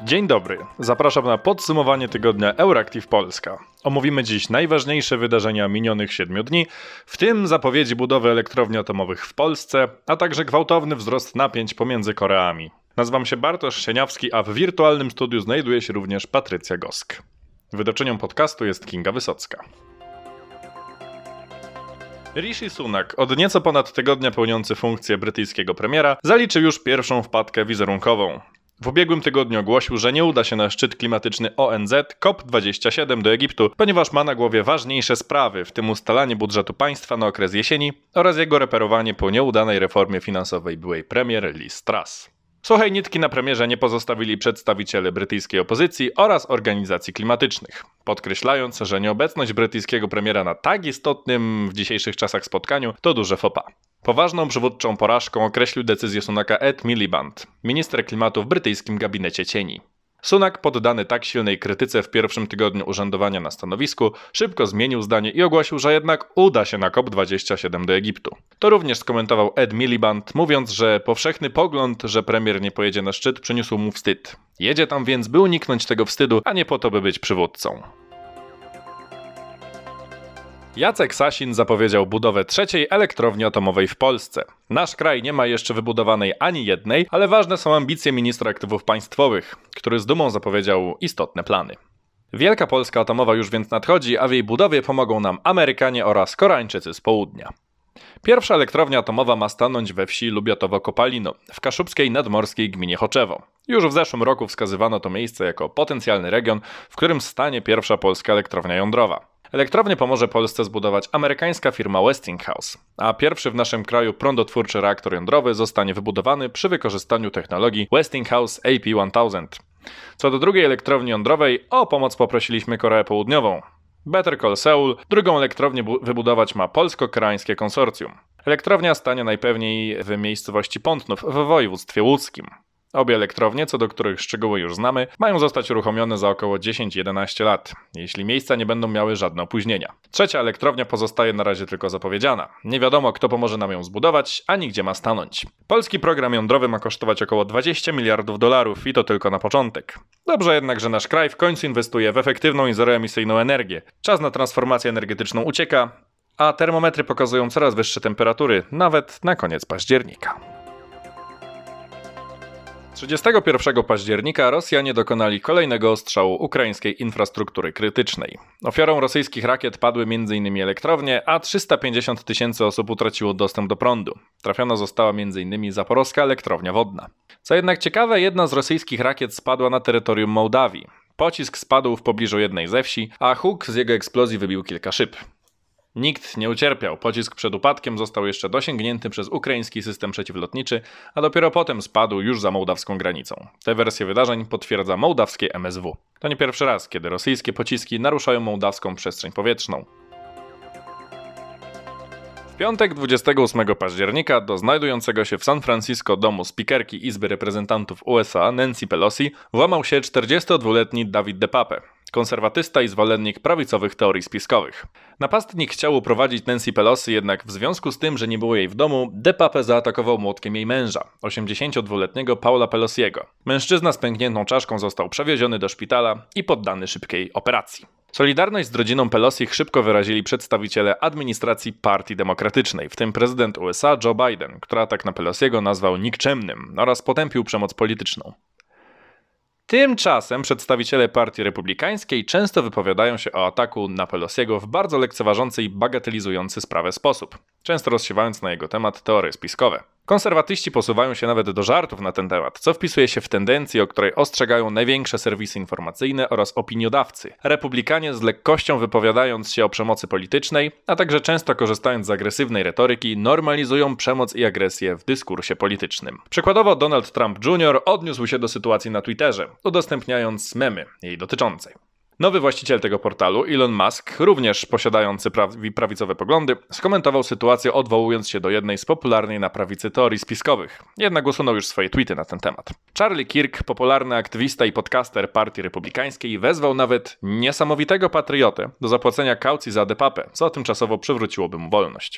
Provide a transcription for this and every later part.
Dzień dobry, zapraszam na podsumowanie tygodnia Euractiv Polska. Omówimy dziś najważniejsze wydarzenia minionych 7 dni, w tym zapowiedzi budowy elektrowni atomowych w Polsce, a także gwałtowny wzrost napięć pomiędzy Koreami. Nazywam się Bartosz Sieniawski, a w wirtualnym studiu znajduje się również Patrycja Gosk. Wydawczynią podcastu jest Kinga Wysocka. Rishi Sunak, od nieco ponad tygodnia pełniący funkcję brytyjskiego premiera, zaliczył już pierwszą wpadkę wizerunkową. W ubiegłym tygodniu ogłosił, że nie uda się na szczyt klimatyczny ONZ COP27 do Egiptu, ponieważ ma na głowie ważniejsze sprawy, w tym ustalanie budżetu państwa na okres jesieni oraz jego reperowanie po nieudanej reformie finansowej byłej premier Liz Truss. Suchej nitki na premierze nie pozostawili przedstawiciele brytyjskiej opozycji oraz organizacji klimatycznych, podkreślając, że nieobecność brytyjskiego premiera na tak istotnym w dzisiejszych czasach spotkaniu to duże faux pas. Poważną przywódczą porażką określił decyzję Sunaka Ed Miliband, minister klimatu w brytyjskim gabinecie cieni. Sunak, poddany tak silnej krytyce w pierwszym tygodniu urzędowania na stanowisku, szybko zmienił zdanie i ogłosił, że jednak uda się na COP27 do Egiptu. To również skomentował Ed Miliband, mówiąc, że powszechny pogląd, że premier nie pojedzie na szczyt, przyniósł mu wstyd. Jedzie tam więc, by uniknąć tego wstydu, a nie po to, by być przywódcą. Jacek Sasin zapowiedział budowę trzeciej elektrowni atomowej w Polsce. Nasz kraj nie ma jeszcze wybudowanej ani jednej, ale ważne są ambicje ministra aktywów państwowych, który z dumą zapowiedział istotne plany. Wielka Polska atomowa już więc nadchodzi, a w jej budowie pomogą nam Amerykanie oraz Koreańczycy z południa. Pierwsza elektrownia atomowa ma stanąć we wsi Lubiatowo-Kopalino, w kaszubskiej nadmorskiej gminie Choczewo. Już w zeszłym roku wskazywano to miejsce jako potencjalny region, w którym stanie pierwsza polska elektrownia jądrowa. Elektrownię pomoże Polsce zbudować amerykańska firma Westinghouse, a pierwszy w naszym kraju prądotwórczy reaktor jądrowy zostanie wybudowany przy wykorzystaniu technologii Westinghouse AP1000. Co do drugiej elektrowni jądrowej, o pomoc poprosiliśmy Koreę Południową. Better Call Seoul, drugą elektrownię wybudować ma polsko-koreańskie konsorcjum. Elektrownia stanie najpewniej w miejscowości Pątnów w województwie łódzkim. Obie elektrownie, co do których szczegóły już znamy, mają zostać uruchomione za około 10-11 lat, jeśli miejsca nie będą miały żadne opóźnienia. Trzecia elektrownia pozostaje na razie tylko zapowiedziana. Nie wiadomo, kto pomoże nam ją zbudować, ani gdzie ma stanąć. Polski program jądrowy ma kosztować około $20 miliardów i to tylko na początek. Dobrze jednak, że nasz kraj w końcu inwestuje w efektywną i zeroemisyjną energię. Czas na transformację energetyczną ucieka, a termometry pokazują coraz wyższe temperatury, nawet na koniec października. 31 października Rosjanie dokonali kolejnego ostrzału ukraińskiej infrastruktury krytycznej. Ofiarą rosyjskich rakiet padły m.in. elektrownie, a 350 000 osób utraciło dostęp do prądu. Trafiona została m.in. zaporowska elektrownia wodna. Co jednak ciekawe, jedna z rosyjskich rakiet spadła na terytorium Mołdawii. Pocisk spadł w pobliżu jednej ze wsi, a huk z jego eksplozji wybił kilka szyb. Nikt nie ucierpiał. Pocisk przed upadkiem został jeszcze dosięgnięty przez ukraiński system przeciwlotniczy, a dopiero potem spadł już za mołdawską granicą. Tę wersję wydarzeń potwierdza mołdawskie MSW. To nie pierwszy raz, kiedy rosyjskie pociski naruszają mołdawską przestrzeń powietrzną. W piątek 28 października do znajdującego się w San Francisco domu spikerki Izby Reprezentantów USA Nancy Pelosi włamał się 42-letni David DePape, konserwatysta i zwolennik prawicowych teorii spiskowych. Napastnik chciał uprowadzić Nancy Pelosi, jednak w związku z tym, że nie było jej w domu, DePape zaatakował młotkiem jej męża, 82-letniego Paula Pelosiego. Mężczyzna z pękniętą czaszką został przewieziony do szpitala i poddany szybkiej operacji. Solidarność z rodziną Pelosi szybko wyrazili przedstawiciele administracji Partii Demokratycznej, w tym prezydent USA Joe Biden, który atak na Pelosiego nazwał nikczemnym oraz potępił przemoc polityczną. Tymczasem przedstawiciele Partii Republikańskiej często wypowiadają się o ataku na Pelosiego w bardzo lekceważący i bagatelizujący sprawę sposób, często rozsiewając na jego temat teorie spiskowe. Konserwatyści posuwają się nawet do żartów na ten temat, co wpisuje się w tendencję, o której ostrzegają największe serwisy informacyjne oraz opiniodawcy. Republikanie z lekkością wypowiadając się o przemocy politycznej, a także często korzystając z agresywnej retoryki, normalizują przemoc i agresję w dyskursie politycznym. Przykładowo Donald Trump Jr. odniósł się do sytuacji na Twitterze, udostępniając memy jej dotyczącej. Nowy właściciel tego portalu, Elon Musk, również posiadający prawicowe poglądy, skomentował sytuację, odwołując się do jednej z popularnej na prawicy teorii spiskowych. Jednak usunął już swoje tweety na ten temat. Charlie Kirk, popularny aktywista i podcaster Partii Republikańskiej, wezwał nawet niesamowitego patriotę do zapłacenia kaucji za DePape, co tymczasowo przywróciłoby mu wolność.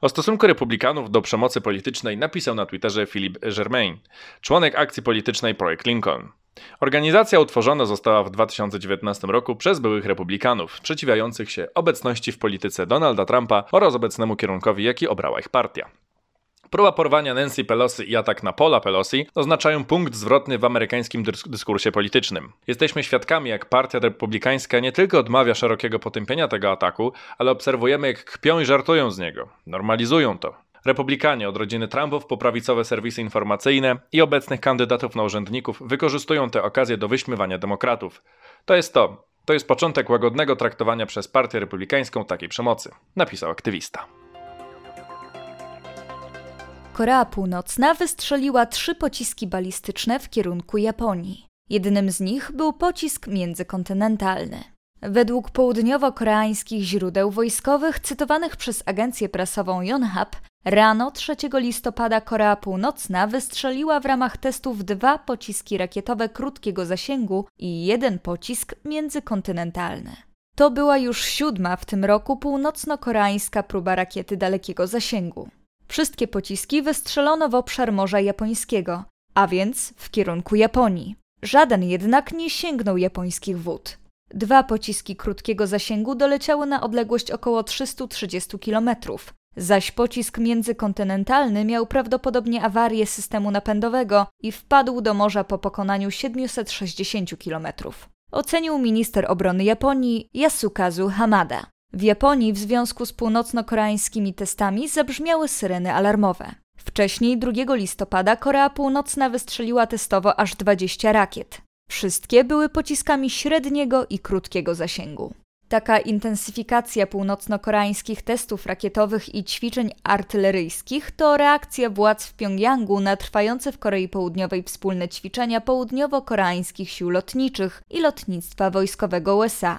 O stosunku republikanów do przemocy politycznej napisał na Twitterze Philippe Germain, członek akcji politycznej Projekt Lincoln. Organizacja utworzona została w 2019 roku przez byłych republikanów, sprzeciwiających się obecności w polityce Donalda Trumpa oraz obecnemu kierunkowi, jaki obrała ich partia. Próba porwania Nancy Pelosi i atak na Paula Pelosi oznaczają punkt zwrotny w amerykańskim dyskursie politycznym. Jesteśmy świadkami, jak partia republikańska nie tylko odmawia szerokiego potępienia tego ataku, ale obserwujemy, jak kpią i żartują z niego. Normalizują to. Republikanie od rodziny Trumpów po prawicowe serwisy informacyjne i obecnych kandydatów na urzędników wykorzystują tę okazję do wyśmiewania demokratów. To jest początek łagodnego traktowania przez partię republikańską takiej przemocy, napisał aktywista. Korea Północna wystrzeliła 3 pociski balistyczne w kierunku Japonii. Jednym z nich był pocisk międzykontynentalny. Według południowo-koreańskich źródeł wojskowych cytowanych przez agencję prasową Yonhap, rano 3 listopada Korea Północna wystrzeliła w ramach testów 2 pociski rakietowe krótkiego zasięgu i 1 pocisk międzykontynentalny. To była już 7. w tym roku północno-koreańska próba rakiety dalekiego zasięgu. Wszystkie pociski wystrzelono w obszar Morza Japońskiego, a więc w kierunku Japonii. Żaden jednak nie sięgnął japońskich wód. 2 pociski krótkiego zasięgu doleciały na odległość około 330 km, zaś pocisk międzykontynentalny miał prawdopodobnie awarię systemu napędowego i wpadł do morza po pokonaniu 760 km. Ocenił minister obrony Japonii Yasukazu Hamada. W Japonii w związku z północno-koreańskimi testami zabrzmiały syreny alarmowe. Wcześniej 2 listopada Korea Północna wystrzeliła testowo aż 20 rakiet. Wszystkie były pociskami średniego i krótkiego zasięgu. Taka intensyfikacja północno-koreańskich testów rakietowych i ćwiczeń artyleryjskich to reakcja władz w Pjongjangu na trwające w Korei Południowej wspólne ćwiczenia południowo-koreańskich sił lotniczych i lotnictwa wojskowego USA.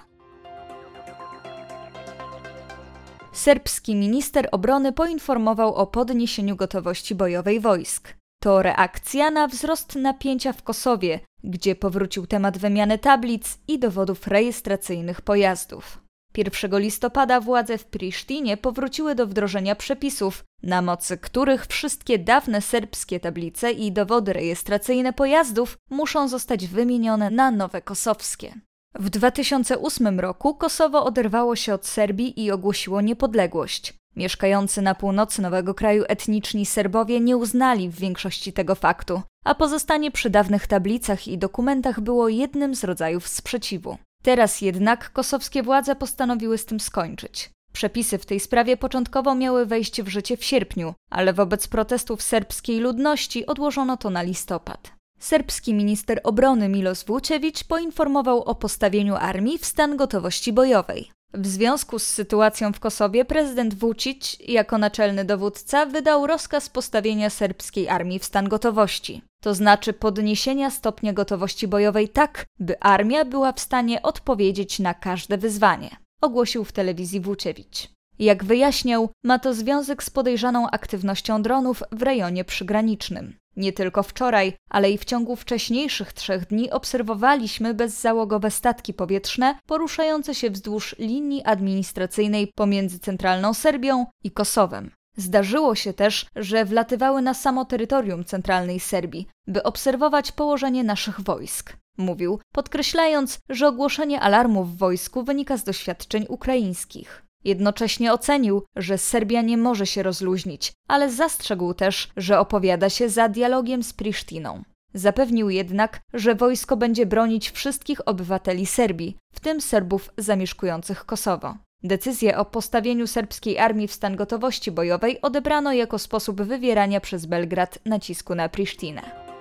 Serbski minister obrony poinformował o podniesieniu gotowości bojowej wojsk. To reakcja na wzrost napięcia w Kosowie, gdzie powrócił temat wymiany tablic i dowodów rejestracyjnych pojazdów. 1 listopada władze w Prisztinie powróciły do wdrożenia przepisów, na mocy których wszystkie dawne serbskie tablice i dowody rejestracyjne pojazdów muszą zostać wymienione na nowe kosowskie. W 2008 roku Kosowo oderwało się od Serbii i ogłosiło niepodległość. Mieszkający na północy nowego kraju etniczni Serbowie nie uznali w większości tego faktu, a pozostanie przy dawnych tablicach i dokumentach było jednym z rodzajów sprzeciwu. Teraz jednak kosowskie władze postanowiły z tym skończyć. Przepisy w tej sprawie początkowo miały wejść w życie w sierpniu, ale wobec protestów serbskiej ludności odłożono to na listopad. Serbski minister obrony Miloš Vučević poinformował o postawieniu armii w stan gotowości bojowej. W związku z sytuacją w Kosowie prezydent Vučić, jako naczelny dowódca, wydał rozkaz postawienia serbskiej armii w stan gotowości. To znaczy podniesienia stopnia gotowości bojowej tak, by armia była w stanie odpowiedzieć na każde wyzwanie, ogłosił w telewizji Vučević. Jak wyjaśniał, ma to związek z podejrzaną aktywnością dronów w rejonie przygranicznym. Nie tylko wczoraj, ale i w ciągu wcześniejszych 3 dni obserwowaliśmy bezzałogowe statki powietrzne poruszające się wzdłuż linii administracyjnej pomiędzy centralną Serbią i Kosowem. Zdarzyło się też, że wlatywały na samo terytorium centralnej Serbii, by obserwować położenie naszych wojsk. Mówił, podkreślając, że ogłoszenie alarmu w wojsku wynika z doświadczeń ukraińskich. Jednocześnie ocenił, że Serbia nie może się rozluźnić, ale zastrzegł też, że opowiada się za dialogiem z Prisztiną. Zapewnił jednak, że wojsko będzie bronić wszystkich obywateli Serbii, w tym Serbów zamieszkujących Kosowo. Decyzję o postawieniu serbskiej armii w stan gotowości bojowej odebrano jako sposób wywierania przez Belgrad nacisku na Prisztinę.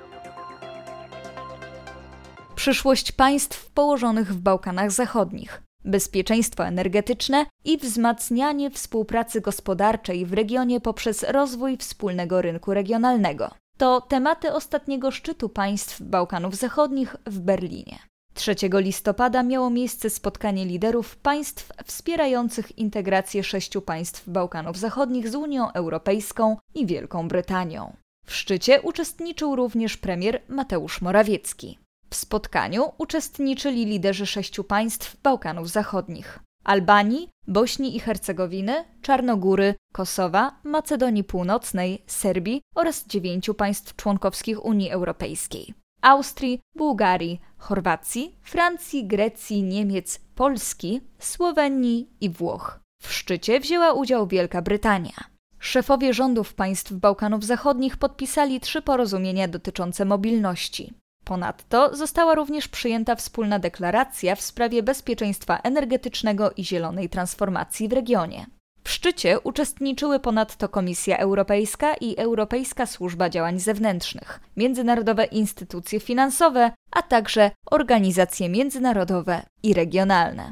Przyszłość państw położonych w Bałkanach Zachodnich. Bezpieczeństwo energetyczne i wzmacnianie współpracy gospodarczej w regionie poprzez rozwój wspólnego rynku regionalnego. To tematy ostatniego szczytu państw Bałkanów Zachodnich w Berlinie. 3 listopada miało miejsce spotkanie liderów państw wspierających integrację 6 państw Bałkanów Zachodnich z Unią Europejską i Wielką Brytanią. W szczycie uczestniczył również premier Mateusz Morawiecki. W spotkaniu uczestniczyli liderzy 6 państw Bałkanów Zachodnich. Albanii, Bośni i Hercegowiny, Czarnogóry, Kosowa, Macedonii Północnej, Serbii oraz 9 państw członkowskich Unii Europejskiej: Austrii, Bułgarii, Chorwacji, Francji, Grecji, Niemiec, Polski, Słowenii i Włoch. W szczycie wzięła udział Wielka Brytania. Szefowie rządów państw Bałkanów Zachodnich podpisali 3 porozumienia dotyczące mobilności. Ponadto została również przyjęta wspólna deklaracja w sprawie bezpieczeństwa energetycznego i zielonej transformacji w regionie. W szczycie uczestniczyły ponadto Komisja Europejska i Europejska Służba Działań Zewnętrznych, międzynarodowe instytucje finansowe, a także organizacje międzynarodowe i regionalne.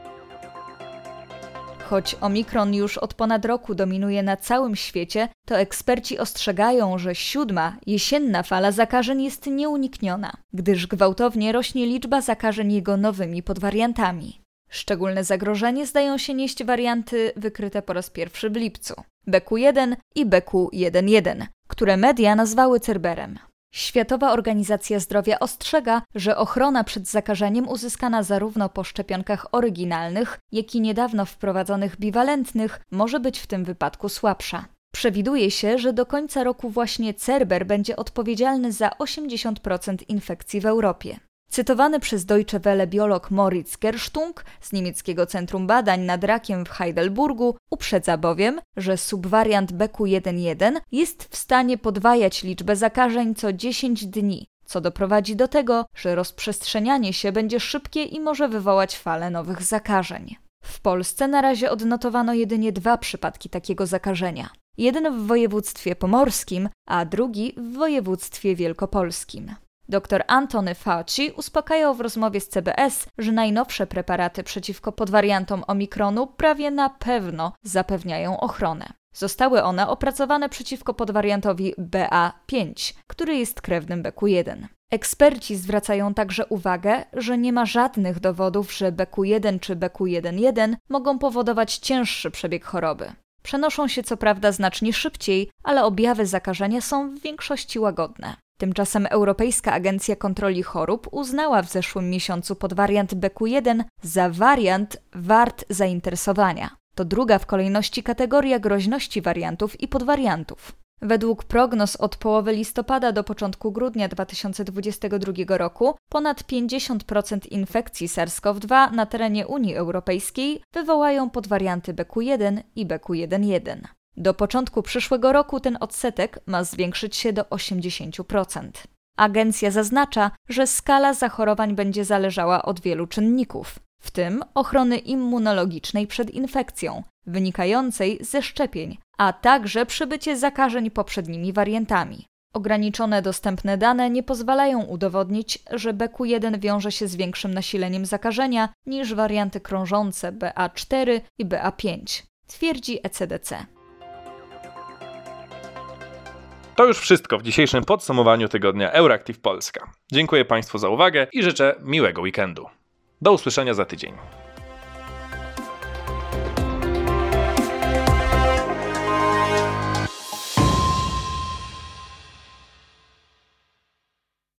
Choć omikron już od ponad roku dominuje na całym świecie, to eksperci ostrzegają, że 7. jesienna fala zakażeń jest nieunikniona, gdyż gwałtownie rośnie liczba zakażeń jego nowymi podwariantami. Szczególne zagrożenie zdają się nieść warianty wykryte po raz pierwszy w lipcu: BQ1 i BQ11, które media nazwały Cerberem. Światowa Organizacja Zdrowia ostrzega, że ochrona przed zakażeniem uzyskana zarówno po szczepionkach oryginalnych, jak i niedawno wprowadzonych biwalentnych może być w tym wypadku słabsza. Przewiduje się, że do końca roku właśnie Cerber będzie odpowiedzialny za 80% infekcji w Europie. Cytowany przez Deutsche Welle biolog Moritz Gerstung z niemieckiego Centrum Badań nad Rakiem w Heidelburgu uprzedza bowiem, że subwariant BQ11 jest w stanie podwajać liczbę zakażeń co 10 dni, co doprowadzi do tego, że rozprzestrzenianie się będzie szybkie i może wywołać falę nowych zakażeń. W Polsce na razie odnotowano jedynie 2 przypadki takiego zakażenia. Jeden w województwie pomorskim, a drugi w województwie wielkopolskim. Dr Antony Fauci uspokajał w rozmowie z CBS, że najnowsze preparaty przeciwko podwariantom omikronu prawie na pewno zapewniają ochronę. Zostały one opracowane przeciwko podwariantowi BA5, który jest krewnym BQ1. Eksperci zwracają także uwagę, że nie ma żadnych dowodów, że BQ1 czy BQ11 mogą powodować cięższy przebieg choroby. Przenoszą się co prawda znacznie szybciej, ale objawy zakażenia są w większości łagodne. Tymczasem Europejska Agencja Kontroli Chorób uznała w zeszłym miesiącu podwariant BQ1 za wariant wart zainteresowania. To druga w kolejności kategoria groźności wariantów i podwariantów. Według prognoz od połowy listopada do początku grudnia 2022 roku ponad 50% infekcji SARS-CoV-2 na terenie Unii Europejskiej wywołają podwarianty BQ1 i BQ11. Do początku przyszłego roku ten odsetek ma zwiększyć się do 80%. Agencja zaznacza, że skala zachorowań będzie zależała od wielu czynników, w tym ochrony immunologicznej przed infekcją, wynikającej ze szczepień, a także przybycie zakażeń poprzednimi wariantami. Ograniczone dostępne dane nie pozwalają udowodnić, że BQ1 wiąże się z większym nasileniem zakażenia niż warianty krążące BA4 i BA5, twierdzi ECDC. To już wszystko w dzisiejszym podsumowaniu tygodnia Euractiv Polska. Dziękuję Państwu za uwagę i życzę miłego weekendu. Do usłyszenia za tydzień.